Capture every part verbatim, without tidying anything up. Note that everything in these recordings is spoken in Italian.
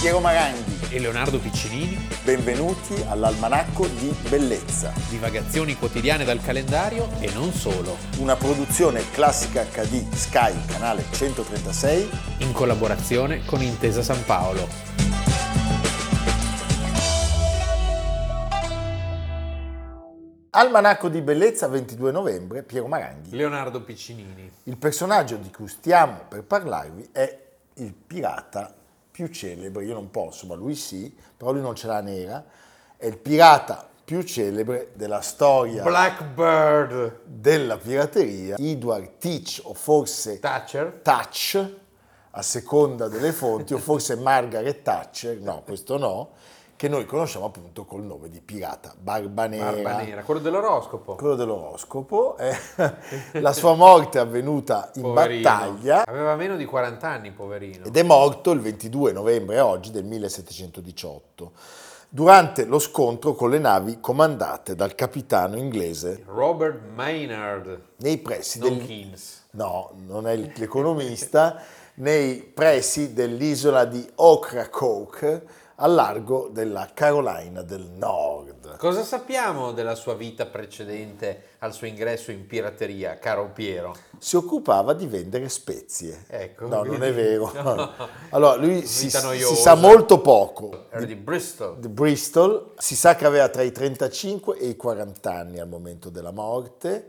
Piero Maranghi e Leonardo Piccinini. Benvenuti all'Almanacco di Bellezza. Divagazioni quotidiane dal calendario e non solo. Una produzione Classica acca di Sky, canale centotrentasei. In collaborazione con Intesa San Paolo. Almanacco di Bellezza, ventidue novembre, Piero Maranghi. Leonardo Piccinini. Il personaggio di cui stiamo per parlarvi è il pirata più celebre, io non posso, ma lui sì, però lui non ce l'ha nera, è il pirata più celebre della storia Blackbird della pirateria, Edward Teach o forse Thatcher. Touch, a seconda delle fonti, o forse Margaret Thatcher, no, questo no, che noi conosciamo appunto col nome di pirata Barba Nera. Barba Nera, quello dell'oroscopo. Quello dell'oroscopo. Eh, la sua morte è avvenuta in Poverino. battaglia. Aveva meno di quaranta anni, poverino. Ed è morto il ventidue novembre oggi del millesettecentodiciotto, durante lo scontro con le navi comandate dal capitano inglese Robert Maynard. nei pressi Non del... Keynes. No, non è l'economista, nei pressi dell'isola di Ocracoke, al largo della Carolina del Nord. Cosa sappiamo della sua vita precedente al suo ingresso in pirateria, caro Piero? Si occupava di vendere spezie. Ecco, no, quindi... non è vero. No. Allora, lui si, Vita si noiosa. sa molto poco. Era di Bristol. Di Bristol. Si sa che aveva tra i trentacinque e i quaranta anni al momento della morte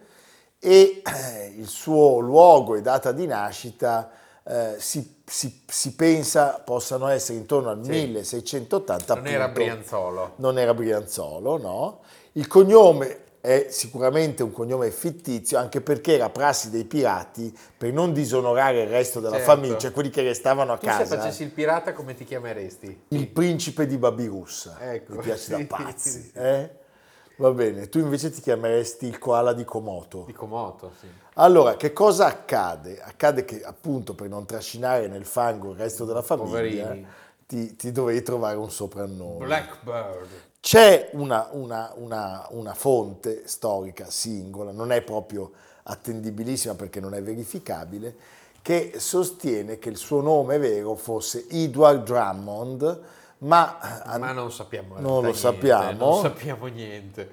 e eh, il suo luogo e data di nascita eh, si, si, si pensa possano essere intorno al Sì. milleseicentottanta. Non appunto. era Brianzolo. Non era Brianzolo, no. Il cognome è sicuramente un cognome fittizio, anche perché era prassi dei pirati, per non disonorare il resto della Certo. famiglia, cioè quelli che restavano a Tu casa. se facessi il pirata come ti chiameresti? Il principe di Babirussa, Ecco, mi piace sì, da pazzi. sì, sì. Eh? Va bene, tu invece ti chiameresti il koala di Komoto. Di Komoto, sì. Allora, che cosa accade? Accade che appunto per non trascinare nel fango il resto della famiglia Poverini. ti, ti dovevi trovare un soprannome. Blackbird. C'è una, una, una, una fonte storica singola, non è proprio attendibilissima perché non è verificabile, che sostiene che il suo nome vero fosse Edward Drummond, ma, Ma non sappiamo in non lo realtà niente, sappiamo. Non sappiamo niente.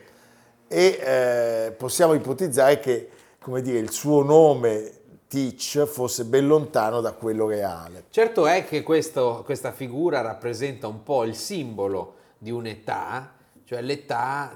E eh, possiamo ipotizzare che, come dire, il suo nome Teach fosse ben lontano da quello reale. Certo è che questo, questa figura rappresenta un po' il simbolo di un'età, cioè l'età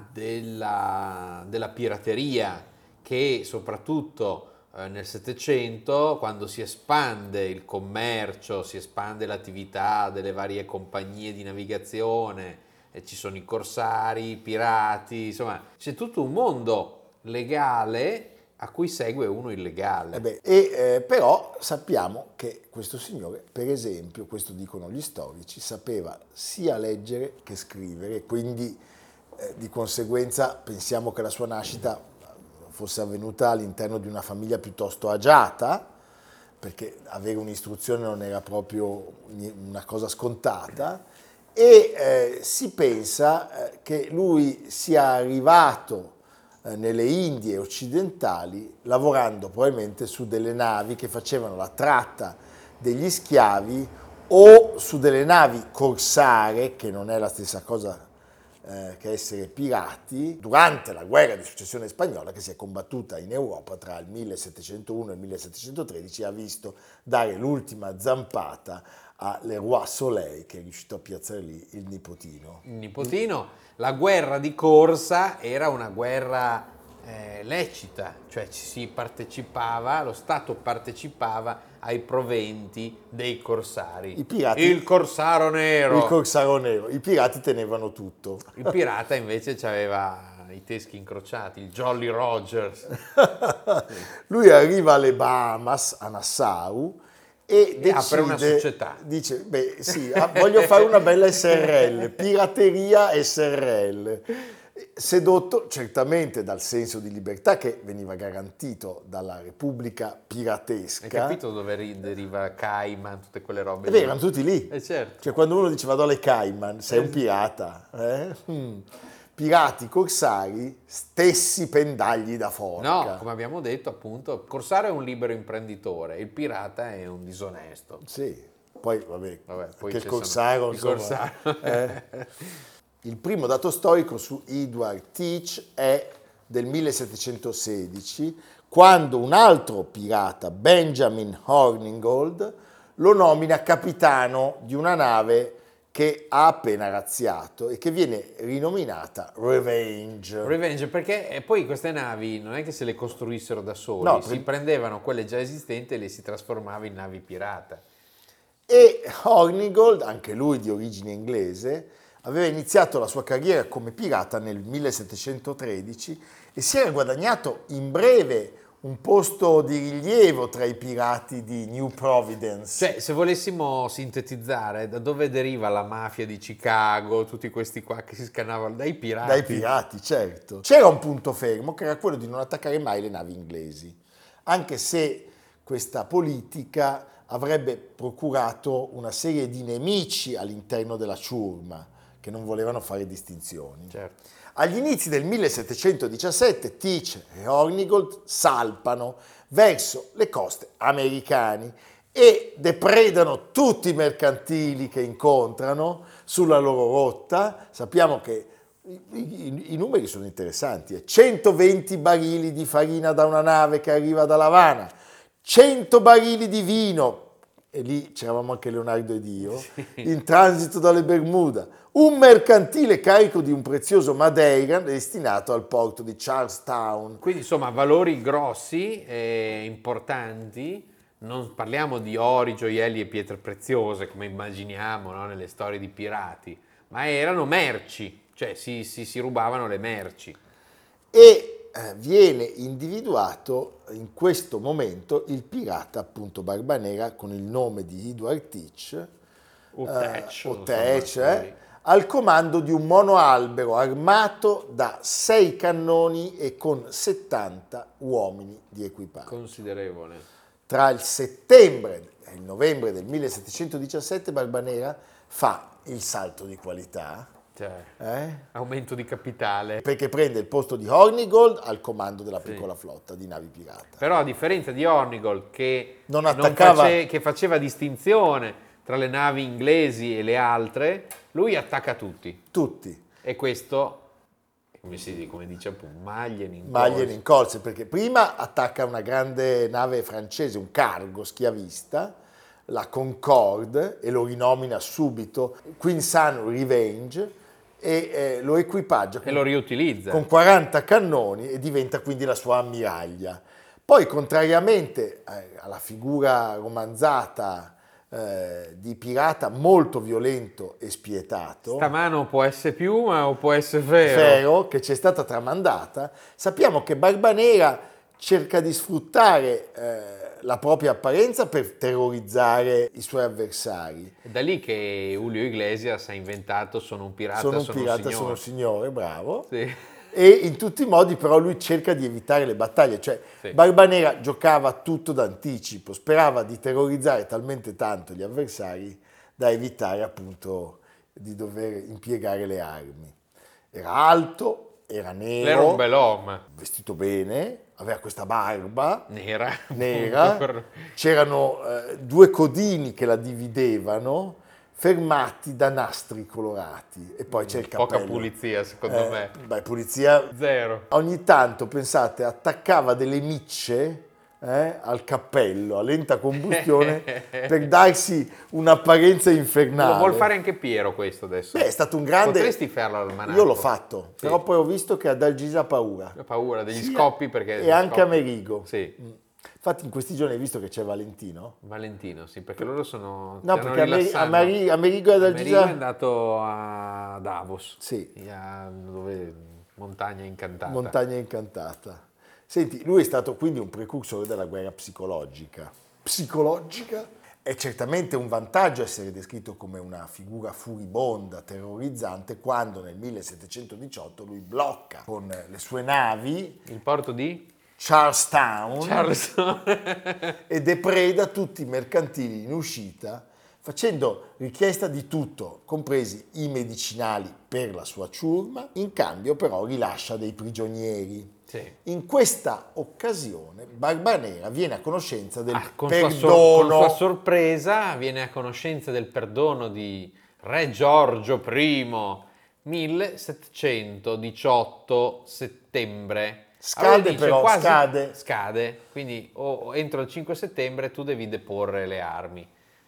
della, della pirateria, che soprattutto eh, nel Settecento, quando si espande il commercio, si espande l'attività delle varie compagnie di navigazione, e ci sono i corsari, i pirati, insomma c'è tutto un mondo legale a cui segue uno illegale. Eh beh, e, eh, però sappiamo che questo signore, per esempio, questo dicono gli storici, sapeva sia leggere che scrivere, quindi eh, di conseguenza pensiamo che la sua nascita fosse avvenuta all'interno di una famiglia piuttosto agiata, perché avere un'istruzione non era proprio una cosa scontata, e eh, si pensa eh, che lui sia arrivato nelle Indie occidentali lavorando probabilmente su delle navi che facevano la tratta degli schiavi o su delle navi corsare, che non è la stessa cosa eh, che essere pirati, durante la guerra di successione spagnola che si è combattuta in Europa tra il millesettecentouno e il millesettecentotredici e ha visto dare l'ultima zampata a Leroy Soleil, che è riuscito a piazzare lì il nipotino. Il nipotino. La guerra di corsa era una guerra eh, lecita, cioè ci si partecipava, lo Stato partecipava ai proventi dei corsari. I pirati, il corsaro nero. Il corsaro nero. I pirati tenevano tutto. Il pirata invece aveva i teschi incrociati, il Jolly Rogers. Lui arriva alle Bahamas, a Nassau, e decide, apre una società. Dice, beh sì, voglio fare una bella S R L, pirateria S R L. Sedotto certamente dal senso di libertà che veniva garantito dalla Repubblica piratesca. Hai capito dove deriva Cayman, tutte quelle robe? E beh, erano tutti lì. Eh certo. Cioè quando uno dice vado alle Cayman, sei un pirata. Eh? Mm. Pirati, corsari, stessi pendagli da forca. No, come abbiamo detto appunto, il corsario è un libero imprenditore, il pirata è un disonesto. Sì. Poi, vabbè, Vabbè, poi che il ci Corsaro, sono- il insomma, Corsaro. eh. Il primo dato storico su Edward Teach è del millesettecentosedici, quando un altro pirata, Benjamin Hornigold, lo nomina capitano di una nave che ha appena razziato e che viene rinominata Revenge. Revenge, perché eh, poi queste navi non è che se le costruissero da soli, No, si prim- prendevano quelle già esistenti e le si trasformava in navi pirata. E Hornigold, anche lui di origine inglese, aveva iniziato la sua carriera come pirata nel millesettecentotredici e si era guadagnato in breve un posto di rilievo tra i pirati di New Providence. Cioè, se volessimo sintetizzare, da dove deriva la mafia di Chicago, tutti questi qua che si scannavano dai pirati? Dai pirati, certo. C'era un punto fermo che era quello di non attaccare mai le navi inglesi, anche se questa politica avrebbe procurato una serie di nemici all'interno della ciurma che non volevano fare distinzioni. Certo. Agli inizi del millesettecentodiciassette Teach e Hornigold salpano verso le coste americane e depredano tutti i mercantili che incontrano sulla loro rotta. Sappiamo che i, i- i numeri sono interessanti, eh. centoventi barili di farina da una nave che arriva da Havana, cento barili di vino, e lì c'eravamo anche Leonardo ed io, in transito dalle Bermuda, un mercantile carico di un prezioso Madeira destinato al porto di Charlestown. Quindi insomma valori grossi e importanti, non parliamo di ori, gioielli e pietre preziose come immaginiamo, no, nelle storie di pirati, ma erano merci, cioè si, si, si rubavano le merci. E eh, viene individuato in questo momento il pirata appunto Barbanera con il nome di Edward Teach, O Teach, o insomma, Teach, sì. eh, al comando di un monoalbero armato da sei cannoni e con settanta uomini di equipaggio. Considerevole. Tra il settembre e il novembre del millesettecentodiciassette Barbanera fa il salto di qualità, Cioè, eh, aumento di capitale. perché prende il posto di Hornigold al comando della piccola flotta di navi pirata. Però a differenza di Hornigold che, Non attaccava- face- che faceva distinzione tra le navi inglesi e le altre, lui attacca tutti. Tutti, E questo, come si dice, come dice appunto, Maglie in Maglie in corse, perché prima attacca una grande nave francese, un cargo schiavista, la Concorde, e lo rinomina subito Queen Sun Revenge, e eh, lo equipaggia E con, lo riutilizza. con quaranta cannoni e diventa quindi la sua ammiraglia. Poi, contrariamente eh, alla figura romanzata eh, di pirata molto violento e spietato, Stamano può essere piuma o può essere vero. Fero, che ci è stata tramandata, sappiamo che Barbanera cerca di sfruttare eh, la propria apparenza per terrorizzare i suoi avversari. È da lì che Julio Iglesias ha inventato sono un pirata, Sono un sono pirata, un signore. sono un signore, bravo. Sì. E in tutti i modi però lui cerca di evitare le battaglie, cioè Sì. Barbanera giocava tutto d'anticipo, sperava di terrorizzare talmente tanto gli avversari da evitare appunto di dover impiegare le armi. Era alto, era nero, Era un bell'uomo. vestito bene, aveva questa barba Nera. nera, Per- c'erano eh, due codini che la dividevano, fermati da nastri colorati, e poi c'è il cappello. Poca pulizia, secondo Eh, me. Beh, pulizia. Zero. Ogni tanto, pensate, attaccava delle micce eh, al cappello a lenta combustione per darsi un'apparenza infernale. Lo vuol fare anche Piero questo adesso. Beh, è stato un grande... Potresti farlo al manacco. Io l'ho fatto, Sì. però poi ho visto che ad Algisa ha paura. Ho paura degli Sì, scoppi perché... E anche scoppi- Amerigo. Sì. Infatti in questi giorni hai visto che c'è Valentino? Valentino, sì, perché loro sono... No, stanno perché Ameri- rilassando. Ameri- Amerigo ed Amerigo Algisa... è andato a Davos. Sì. A- dove... Montagna incantata. Montagna incantata. Senti, lui è stato quindi un precursore della guerra psicologica. Psicologica? È certamente un vantaggio essere descritto come una figura furibonda, terrorizzante, quando nel millesettecentodiciotto lui blocca con le sue navi Il porto di Charlestown Charleston. e depreda tutti i mercantili in uscita, facendo richiesta di tutto, compresi i medicinali per la sua ciurma, in cambio però rilascia dei prigionieri. Sì. In questa occasione Barbanera viene a conoscenza del Ah, con, sua sor- perdono. con sua sorpresa viene a conoscenza del perdono di Re Giorgio I, millesettecentodiciotto settembre. Allora Scade dice però, quasi scade. scade, quindi o, o entro il cinque settembre tu devi deporre le armi.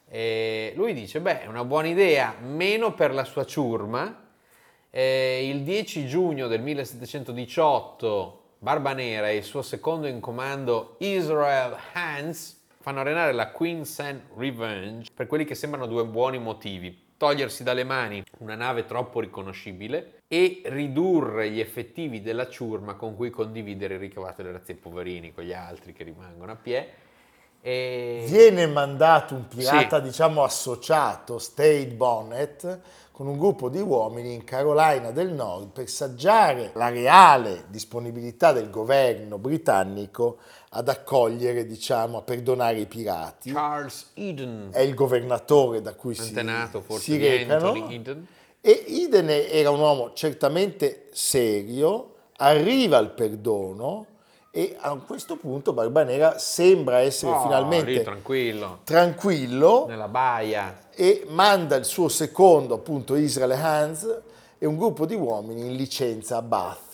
E lui dice, beh, è una buona idea, meno per la sua ciurma. Eh, il dieci giugno del millesettecentodiciotto Barbanera e il suo secondo in comando Israel Hands fanno arenare la Queen's End Revenge per quelli che sembrano due buoni motivi: togliersi dalle mani una nave troppo riconoscibile e ridurre gli effettivi della ciurma con cui condividere il ricavato delle razzie ai poverini con gli altri che rimangono a piedi. E... Viene mandato un pirata, Sì. diciamo, associato, Stade Bonnet, con un gruppo di uomini in Carolina del Nord per saggiare la reale disponibilità del governo britannico ad accogliere, diciamo, a perdonare i pirati. Charles Eden, È il governatore da cui si, antenato forse si di recano. Anthony Eden. E Eden era un uomo certamente serio, arriva al perdono e a questo punto Barbanera sembra essere Oh, finalmente lì tranquillo, tranquillo nella baia. e manda il suo secondo, appunto Israel Hands, e un gruppo di uomini in licenza a Bath.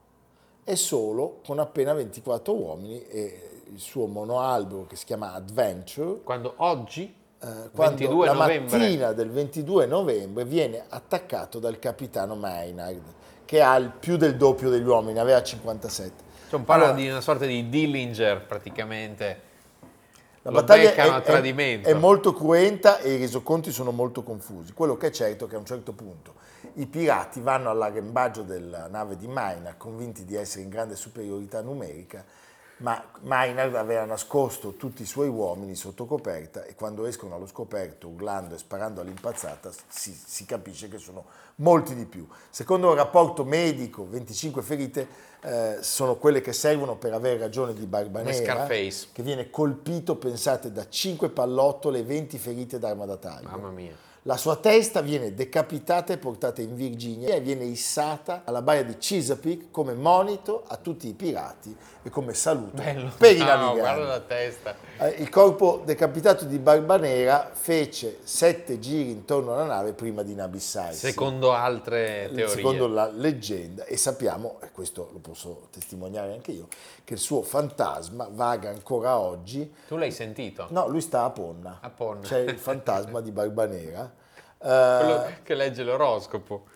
È solo con appena ventiquattro uomini e il suo monoalbero che si chiama Adventure, Quando oggi, eh, quando ventidue la novembre, mattina del ventidue novembre viene attaccato dal capitano Maynard, che ha il più del doppio degli uomini, aveva cinquantasette. c'è un parla Allora, di una sorta di Dillinger praticamente. la Lo battaglia beccano è, a è- tradimento. è molto cruenta e i resoconti sono molto confusi. Quello che è certo è che a un certo punto i pirati vanno all'arrembaggio della nave di Maynard, convinti di essere in grande superiorità numerica, ma Maynard aveva nascosto tutti i suoi uomini sotto coperta e quando escono allo scoperto urlando e sparando all'impazzata si, si capisce che sono molti di più. Secondo il rapporto medico, venticinque ferite eh, sono quelle che servono per avere ragione di Come Barbanera, Scarface. che viene colpito, pensate, da cinque pallottole e venti ferite d'arma da taglio. Mamma mia. La sua testa viene decapitata e portata in Virginia e viene issata alla baia di Chesapeake come monito a tutti i pirati e come saluto Bello. per i No, naviganti. guarda la testa. Eh, Il corpo decapitato di Barbanera fece sette giri intorno alla nave prima di inabissarsi. Secondo altre teorie. Secondo la leggenda, e sappiamo, e questo lo posso testimoniare anche io, che il suo fantasma vaga ancora oggi. Tu l'hai sentito? No, lui sta a Ponna. A Ponna. C'è il fantasma di Barbanera. Quello Eh, che legge l'oroscopo.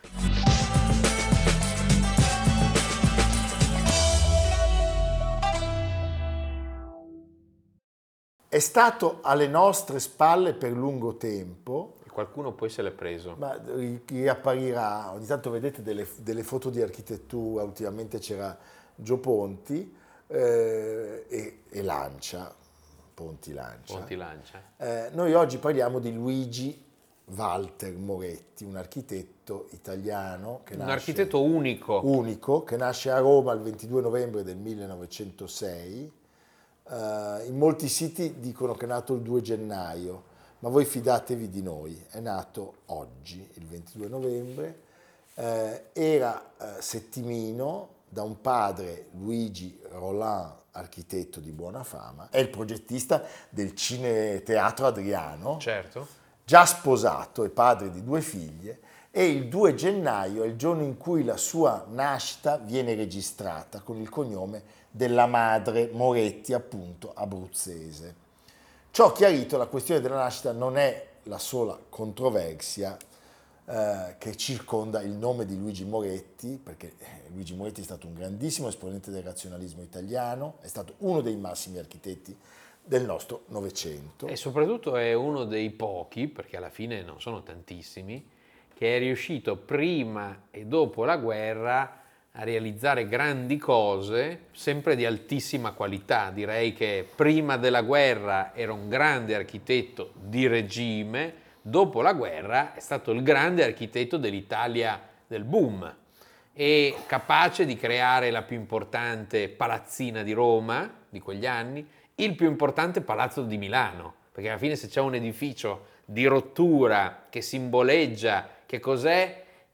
è stato alle nostre spalle per lungo tempo, E qualcuno poi se l'è preso. ma ri- riapparirà. Ogni tanto vedete delle, delle foto di architettura, ultimamente c'era Gio Ponti eh, e, e Lancia, Ponti Lancia. Ponti Lancia. Eh, noi oggi parliamo di Luigi Walter Moretti, un architetto italiano che Un nasce, architetto unico. unico, che nasce a Roma il ventidue novembre del millenovecentosei. Eh, in molti siti dicono che è nato il due gennaio, ma voi fidatevi di noi, è nato oggi, il ventidue novembre. Eh, era eh, settimino da un padre, Luigi Roland, architetto di buona fama, è il progettista del Cineteatro Adriano, Certo. già sposato e padre di due figlie, e il due gennaio è il giorno in cui la sua nascita viene registrata con il cognome della madre, Moretti, appunto abruzzese. Ciò chiarito, la questione della nascita non è la sola controversia eh, che circonda il nome di Luigi Moretti, perché Luigi Moretti è stato un grandissimo esponente del razionalismo italiano, è stato uno dei massimi architetti del nostro Novecento. E soprattutto è uno dei pochi, perché alla fine non sono tantissimi, che è riuscito prima e dopo la guerra a realizzare grandi cose, sempre di altissima qualità. Direi che prima della guerra era un grande architetto di regime, dopo la guerra è stato il grande architetto dell'Italia del boom e capace di creare la più importante palazzina di Roma di quegli anni, il più importante palazzo di Milano, perché alla fine se c'è un edificio di rottura che simboleggia che cos'è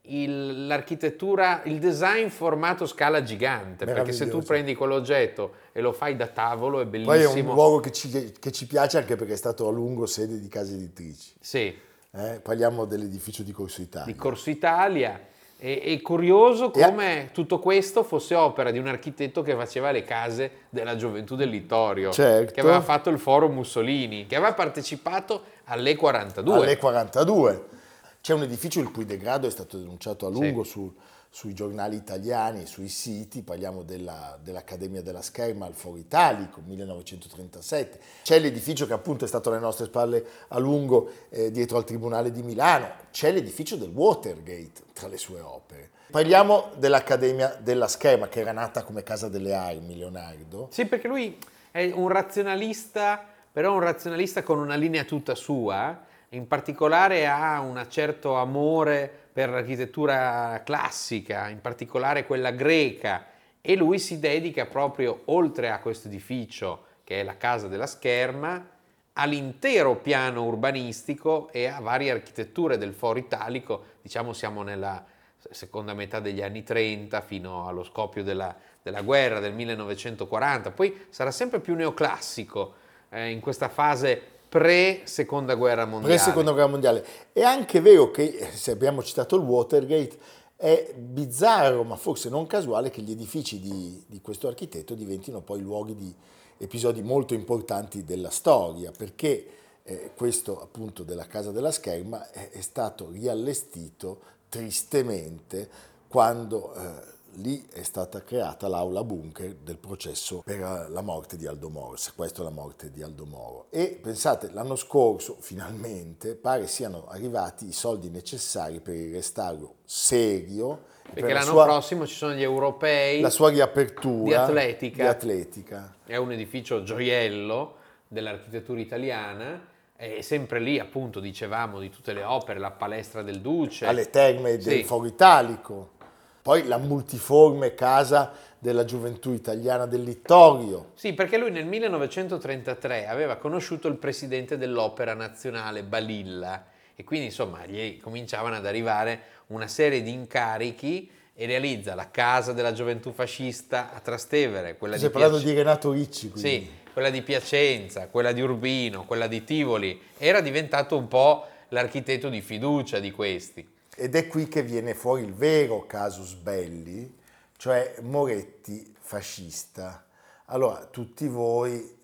il- l'architettura, il design formato scala gigante, perché se tu Meraviglioso. prendi quell'oggetto e lo fai da tavolo è Poi è un bellissimo. luogo che ci, che ci piace anche perché è stato a lungo sede di case editrici. Sì, Eh, parliamo dell'edificio di Corso Italia. di Corso Italia. E- È curioso E a- come tutto questo fosse opera di un architetto che faceva le case della gioventù del Littorio, Certo. che aveva fatto il Foro Mussolini, che aveva partecipato all'E quarantadue. alle quarantadue. C'è un edificio il cui degrado è stato denunciato a lungo Sì. su- sui giornali italiani, sui siti, parliamo della- dell'Accademia della Scherma al Foro Italico, millenovecentotrentasette. C'è l'edificio che appunto è stato alle nostre spalle a lungo eh, dietro al Tribunale di Milano. C'è l'edificio del Watergate tra le sue opere. Parliamo dell'Accademia della Scherma, che era nata come Casa delle Armi, Leonardo. Sì, perché lui è un razionalista, però un razionalista con una linea tutta sua, in particolare ha un certo amore per l'architettura classica, in particolare quella greca, e lui si dedica proprio, oltre a questo edificio, che è la Casa della Scherma, all'intero piano urbanistico e a varie architetture del Foro Italico. Diciamo siamo nella seconda metà degli anni trenta fino allo scoppio della, della guerra del millenovecentoquaranta, poi sarà sempre più neoclassico eh, in questa fase pre-seconda guerra mondiale. Pre-seconda guerra mondiale. È anche vero che, se abbiamo citato il Watergate, è bizzarro, ma forse non casuale, che gli edifici di, di questo architetto diventino poi luoghi di episodi molto importanti della storia, perché eh, questo appunto della Casa della Scherma è, è stato riallestito tristemente quando eh, lì è stata creata l'aula bunker del processo per la morte di Aldo Moro, il sequestro e la morte di Aldo Moro. E pensate, l'anno scorso finalmente pare siano arrivati i soldi necessari per il restauro serio, Perché per la l'anno sua, prossimo ci sono gli europei la sua riapertura di atletica. di atletica. È un edificio gioiello dell'architettura italiana, e sempre lì appunto dicevamo di tutte le opere, la palestra del Duce. Alle terme del Sì. Foro Italico, poi la multiforme casa della gioventù italiana del Littorio. Sì, perché lui nel millenovecentotrentatré aveva conosciuto il presidente dell'Opera Nazionale, Balilla, e quindi insomma gli cominciavano ad arrivare una serie di incarichi e realizza la casa della gioventù fascista a Trastevere, quella Stai di parlando Piacenza. di Renato Ricci, quindi. Sì, quella di Piacenza, quella di Urbino, quella di Tivoli. Era diventato un po' l'architetto di fiducia di questi. Ed è qui che viene fuori il vero casus belli, cioè Moretti fascista. Allora, tutti voi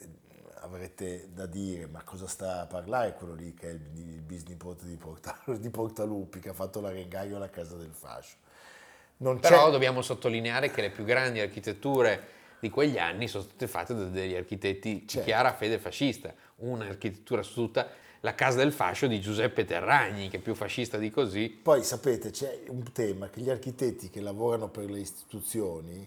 avrete da dire, ma cosa sta a parlare quello lì che è il, il bisnipote di, Porta, di Portaluppi, che ha fatto l'arengario alla casa del fascio? Non Però c'è... dobbiamo sottolineare che le più grandi architetture di quegli anni sono state fatte da degli architetti di Certo. chiara fede fascista. Un'architettura su tutta, la casa del fascio di Giuseppe Terragni, che è più fascista di così. Poi sapete, c'è un tema che gli architetti che lavorano per le istituzioni,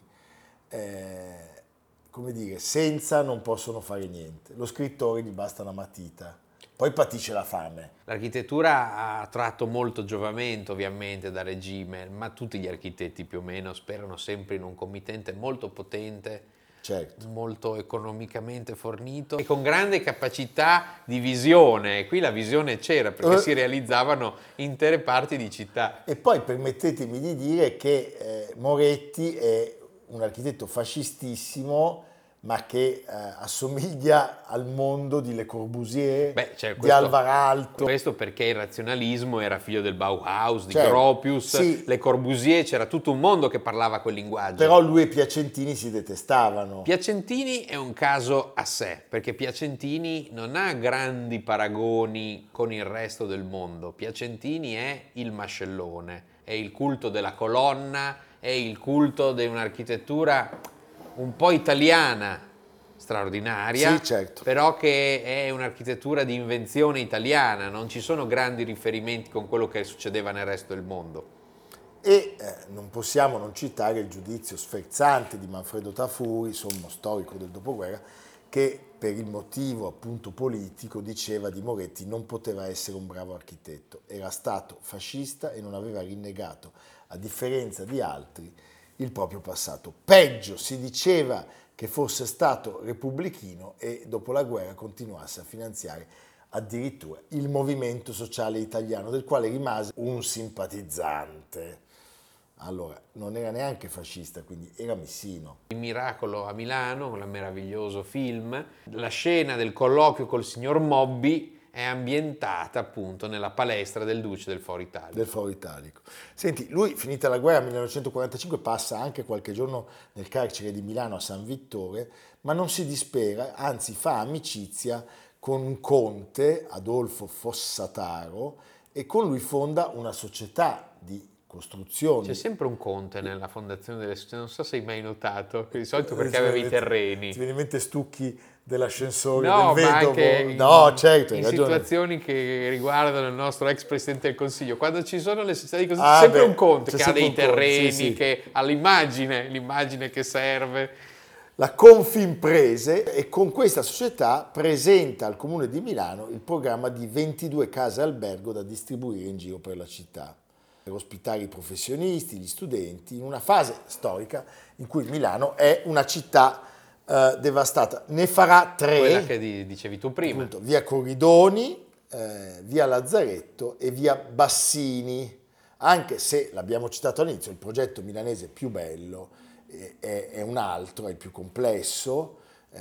eh, come dire, senza non possono fare niente. Lo scrittore gli basta una matita, poi patisce la fame. L'architettura ha tratto molto giovamento ovviamente dal regime, ma tutti gli architetti più o meno sperano sempre in un committente molto potente, Certo. molto economicamente fornito e con grande capacità di visione. E qui la visione c'era perché Eh. si realizzavano intere parti di città. E poi permettetemi di dire che eh, Moretti è un architetto fascistissimo, ma che eh, assomiglia al mondo di Le Corbusier, Beh, cioè, di questo- Alvar Aalto. Questo perché il razionalismo era figlio del Bauhaus, di Certo, Gropius, sì. Le Corbusier, c'era tutto un mondo che parlava quel linguaggio. Però lui e Piacentini si detestavano. Piacentini è un caso a sé, perché Piacentini non ha grandi paragoni con il resto del mondo. Piacentini è il mascellone, è il culto della colonna, è il culto di un'architettura un po' italiana, straordinaria, Sì, certo. però che è un'architettura di invenzione italiana, non ci sono grandi riferimenti con quello che succedeva nel resto del mondo. E eh, non possiamo non citare il giudizio sferzante di Manfredo Tafuri, sommo storico del dopoguerra, che per il motivo appunto politico diceva di Moretti non poteva essere un bravo architetto, era stato fascista e non aveva rinnegato, a differenza di altri, il proprio passato. Peggio, si diceva che fosse stato repubblichino e dopo la guerra continuasse a finanziare addirittura il movimento sociale italiano, del quale rimase un simpatizzante. allora non era neanche fascista, quindi era missino. Il miracolo a Milano, un meraviglioso film, la scena del colloquio col signor Mobbi è ambientata appunto nella palestra del Duce del Foro Italico. Del Foro Italico. Senti, lui finita la guerra nel millenovecentoquarantacinque passa anche qualche giorno nel carcere di Milano a San Vittore, ma non si dispera, anzi fa amicizia con un conte, Adolfo Fossataro, e con lui fonda una società di costruzioni. C'è sempre un conte nella fondazione delle società, non so se hai mai notato, di solito perché aveva i terreni. Ti viene in mente Stucchi dell'ascensore, No, del ma vedovo? anche No, in, certo, hai in ragione. situazioni che riguardano il nostro ex Presidente del Consiglio, quando ci sono le società di costruzione, Ah, c'è sempre beh, un conte c'è che ha sempre dei un conte, terreni, sì, sì. che ha l'immagine, l'immagine che serve. La Confimprese, e con questa società presenta al Comune di Milano il programma di ventidue case albergo da distribuire in giro per la città, per ospitare i professionisti, gli studenti, in una fase storica in cui Milano è una città eh, devastata. Ne farà tre, Quella che di- dicevi tu prima. appunto, via Corridoni, eh, via Lazzaretto e via Bassini, anche se, l'abbiamo citato all'inizio, il progetto milanese più bello è, è un altro, è il più complesso,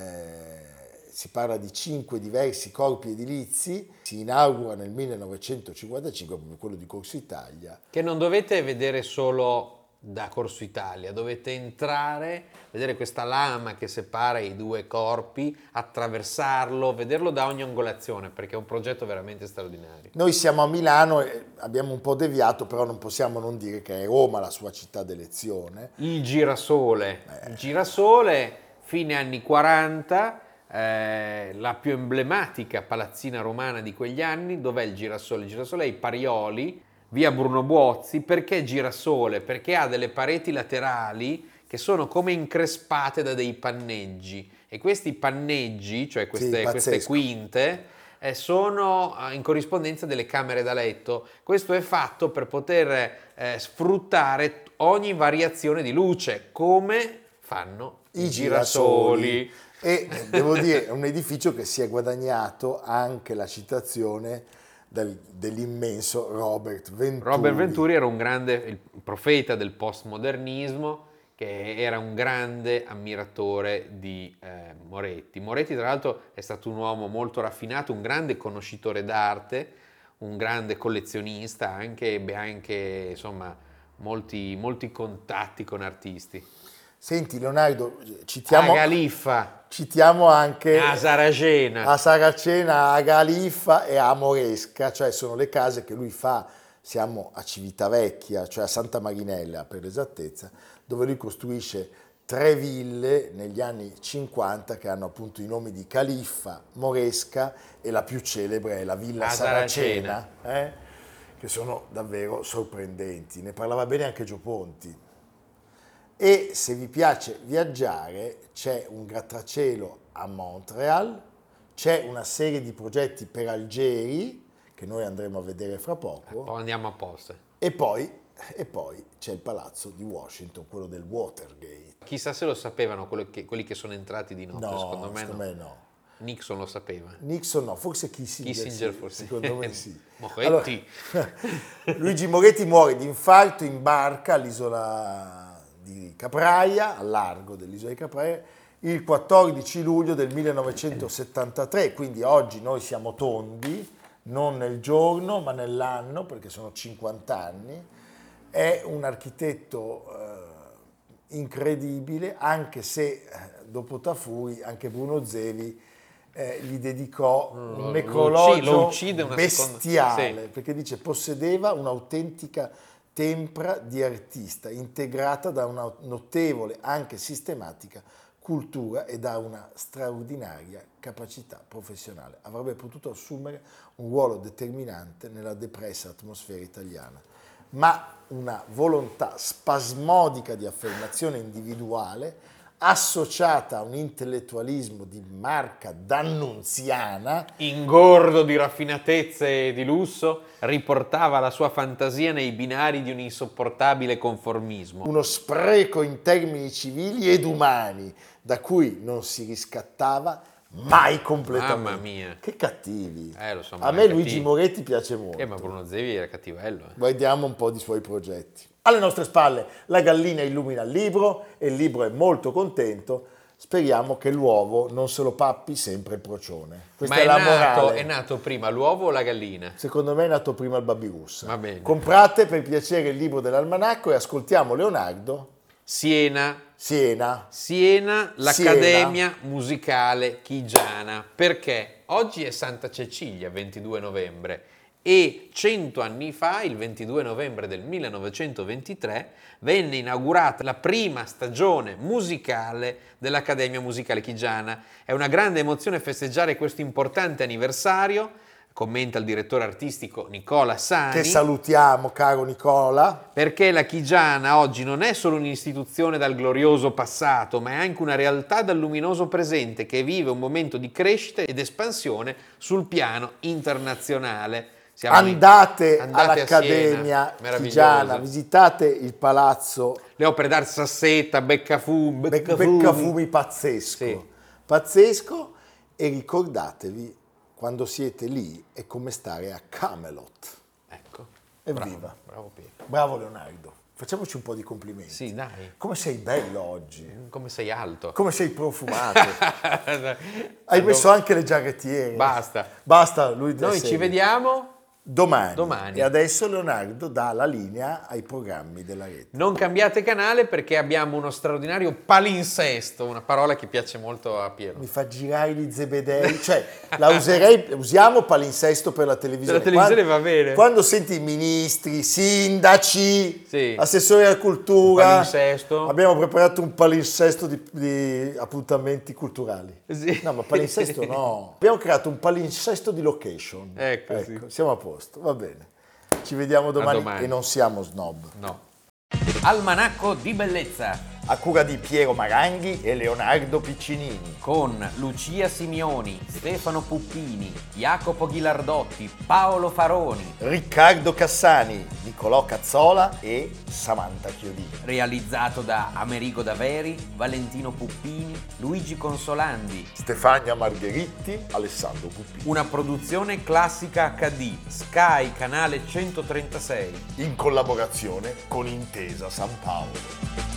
eh, si parla di cinque diversi corpi edilizi, si inaugura nel millenovecentocinquantacinque come quello di Corso Italia. Che non dovete vedere solo da Corso Italia, dovete entrare, vedere questa lama che separa i due corpi, attraversarlo, vederlo da ogni angolazione, perché è un progetto veramente straordinario. Noi siamo a Milano e abbiamo un po' deviato, però non possiamo non dire che è Roma la sua città d'elezione. Il girasole, il girasole, fine anni quaranta, eh, la più emblematica palazzina romana di quegli anni. Dov'è il girasole? Il girasole è ai Parioli, via Bruno Buozzi. Perché girasole? Perché ha delle pareti laterali che sono come increspate da dei panneggi, e questi panneggi, cioè queste, Sì, queste pazzesco. quinte, eh, sono eh, in corrispondenza delle camere da letto. Questo è fatto per poter eh, sfruttare ogni variazione di luce, come fanno i, I girasoli. girasoli. E eh, devo dire, è un edificio che si è guadagnato anche la citazione del- dell'immenso Robert Venturi. Robert Venturi era un grande, il profeta del postmodernismo, che era un grande ammiratore di eh, Moretti. Moretti, tra l'altro, è stato un uomo molto raffinato, un grande conoscitore d'arte, un grande collezionista, anche, ebbe anche insomma, molti, molti contatti con artisti. Senti Leonardo, citiamo, A Galiffa, citiamo anche a Saracena. a Saracena, a Galiffa e a Moresca, cioè sono le case che lui fa. Siamo a Civitavecchia, cioè a Santa Marinella per l'esattezza, dove lui costruisce tre ville negli anni cinquanta che hanno appunto i nomi di Califfa, Moresca e la più celebre è la Villa A Saracena, eh, che sono davvero sorprendenti. Ne parlava bene anche Gio Ponti. E se vi piace viaggiare c'è un grattacielo a Montreal, c'è una serie di progetti per Algeri che noi andremo a vedere fra poco, Poi andiamo a posto. e poi, e poi c'è il palazzo di Washington, quello del Watergate. Chissà se lo sapevano quelli che, quelli che sono entrati di notte, No, secondo me no. me no. Nixon lo sapeva. Nixon no, forse Kissinger, Kissinger sì, forse. secondo me sì. Moretti. Allora, Luigi Moretti muore di infarto in barca all'isola di Capraia, al largo dell'isola di Capraia, il quattordici luglio del millenovecentosettantatré, quindi oggi noi siamo tondi, non nel giorno ma nell'anno, perché sono cinquanta anni. È un architetto eh, incredibile, anche se eh, dopo Tafuri anche Bruno Zevi eh, gli dedicò Lo- un lo necrologio ucci- lo uccide una bestiale, seconda- sì. perché dice possedeva un'autentica tempra di artista, integrata da una notevole, anche sistematica, cultura e da una straordinaria capacità professionale. Avrebbe potuto assumere un ruolo determinante nella depressa atmosfera italiana, ma una volontà spasmodica di affermazione individuale associata a un intellettualismo di marca dannunziana, Ingordo di raffinatezze e di lusso, riportava la sua fantasia nei binari di un insopportabile conformismo. uno spreco in termini civili ed umani da cui non si riscattava mai completamente. Mamma mia. Che cattivi. Eh, lo so, ma A me erano Luigi cattivi. Moretti piace molto. Eh, ma Bruno Zevi era cattivello. Eh. Vediamo un po' di suoi progetti. Alle nostre spalle la gallina illumina il libro e il libro è molto contento. Speriamo che l'uovo non se lo pappi sempre il procione. Questa Ma è, è la nato, morale. è nato prima l'uovo o la gallina? Secondo me è nato prima il Babirussa. Va bene. Comprate per piacere il libro dell'almanacco e ascoltiamo Leonardo. Siena. Siena. Siena, l'Accademia Siena. Musicale Chigiana. Perché oggi è Santa Cecilia, ventidue novembre, e cento anni fa, il ventidue novembre del millenovecentoventitré, venne inaugurata la prima stagione musicale dell'Accademia Musicale Chigiana. È una grande emozione festeggiare questo importante anniversario, commenta il direttore artistico Nicola Sani. Che salutiamo, caro Nicola. Perché la Chigiana oggi non è solo un'istituzione dal glorioso passato, ma è anche una realtà dal luminoso presente che vive un momento di crescita ed espansione sul piano internazionale. Siamo Andate, in, andate all'Accademia Siena, Chigiana, visitate il palazzo. Le opere d'arte Sassetta, Beccafumi, Beccafumi, Beccafumi pazzesco, sì. pazzesco, e ricordatevi, quando siete lì è come stare a Camelot. Ecco, Evviva. bravo, bravo Piero. Bravo Leonardo, facciamoci un po' di complimenti. Sì, dai. Come sei bello oggi. Come sei alto. Come sei profumato. Hai messo anche le giarrettiere. Basta. Basta, lui Noi serie. ci vediamo domani. domani. E adesso Leonardo dà la linea ai programmi della rete. Non cambiate canale perché abbiamo uno straordinario palinsesto, una parola che piace molto a Piero. Mi fa girare gli zebedei, cioè la userei, usiamo palinsesto per la televisione. Per la televisione quando, va bene. Quando senti ministri, sindaci, Sì. assessori alla cultura, Palinsesto. abbiamo preparato un palinsesto di, di appuntamenti culturali. Sì. No, ma palinsesto no. Abbiamo creato un palinsesto di location. Ecco, sì. Siamo a posto, va bene. Ci vediamo domani, domani. e non siamo snob. No. Almanacco di bellezza A cura di Piero Maranghi e Leonardo Piccinini. con Lucia Simioni, Stefano Puppini, Jacopo Ghilardotti, Paolo Faroni. Riccardo Cassani, Nicolò Cazzola e Samantha Chiodini. Realizzato da Amerigo Daveri, Valentino Puppini, Luigi Consolandi. Stefania Margheritti, Alessandro Puppini. Una produzione Classica acca di, Sky canale centotrentasei. In collaborazione con Intesa San Paolo.